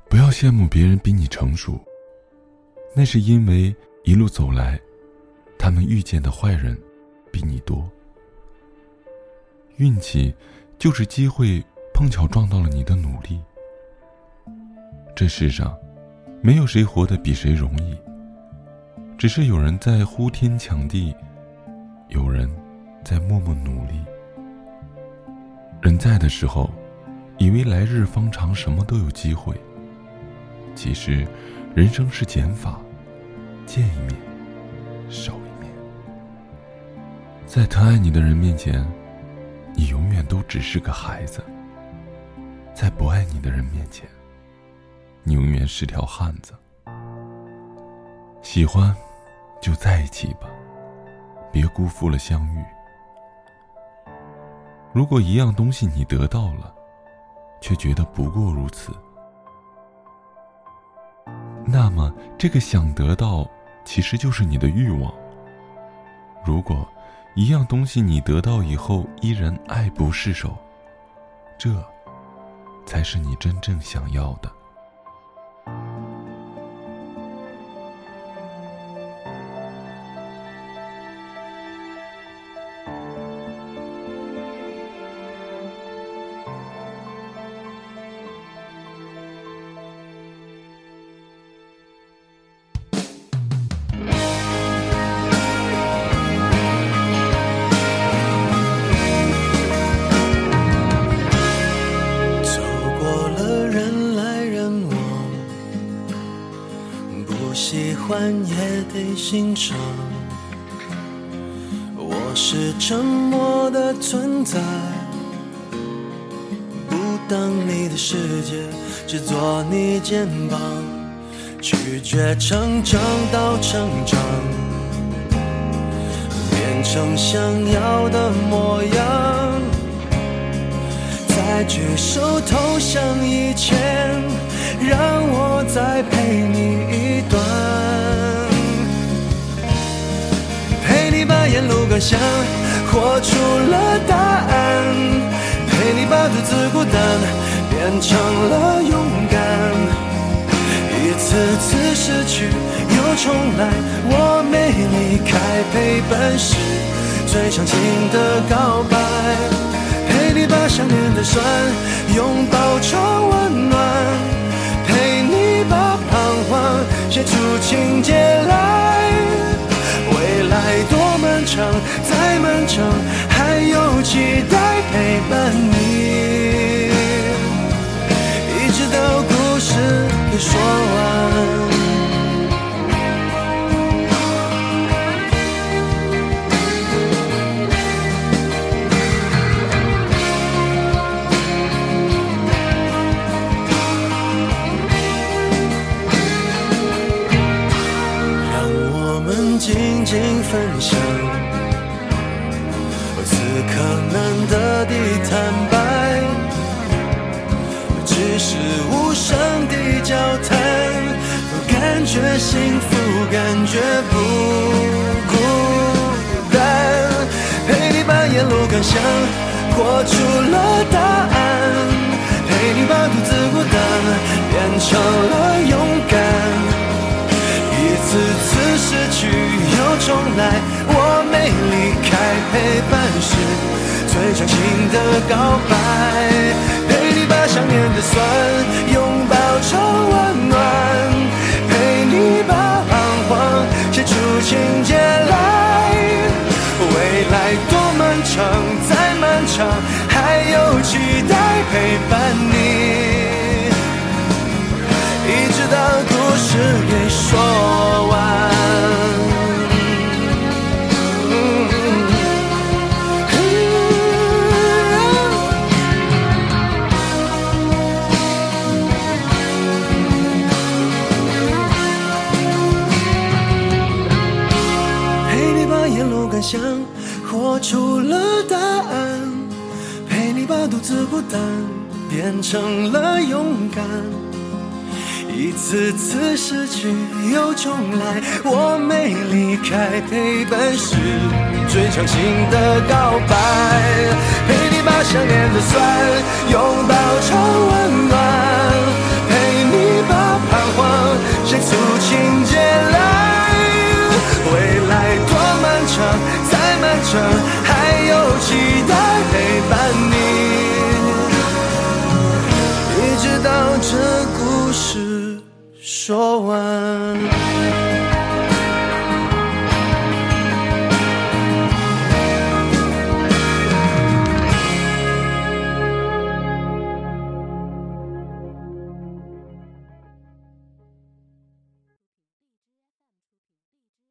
不要羡慕别人比你成熟，那是因为一路走来，他们遇见的坏人比你多。运气就是机会碰巧撞到了你的努力。这世上没有谁活得比谁容易，只是有人在呼天抢地，有人在默默努力。人在的时候以为来日方长，什么都有机会，其实人生是减法，见一面少一面。在疼爱你的人面前，你永远都只是个孩子；在不爱你的人面前，你永远是条汉子。喜欢就在一起吧，别辜负了相遇。如果一样东西你得到了，却觉得不过如此，那么这个想得到其实就是你的欲望。如果一样东西你得到以后依然爱不释手，这才是你真正想要的。 喜欢也得欣赏，我是沉默的存在，不当你的世界，只做你肩膀，拒绝成长到成长，变成想要的模样，在举手投降以前，让我再陪你一段，陪你把沿路感想活出了答案，陪你把独自孤单变成了勇敢，一次次失去又重来，我没离开，陪伴是最长情的告白，陪你把想念的酸拥抱成温暖，陪你把彷徨写出情节来，未来多漫长，再漫长，还有期待陪伴你，一直到故事给说完。静静分享，此刻难得的坦白，只是无声的交谈，感觉幸福，感觉不孤单，陪你把沿路感想活出了答案，陪你把独自孤单变成了勇敢，一次次失去又重来，我没离开，陪伴是最长情的告白，陪你把想念的酸拥抱成温暖，陪你把彷徨写出情节来，未来多漫长，再漫长，还有期待陪伴你，一直到故事给说完。陪你把沿路感想活出了答案，陪你把独自孤单变成了勇敢，一次次失去又重来，我没离开，陪伴是最长情的告白，陪你把想念的酸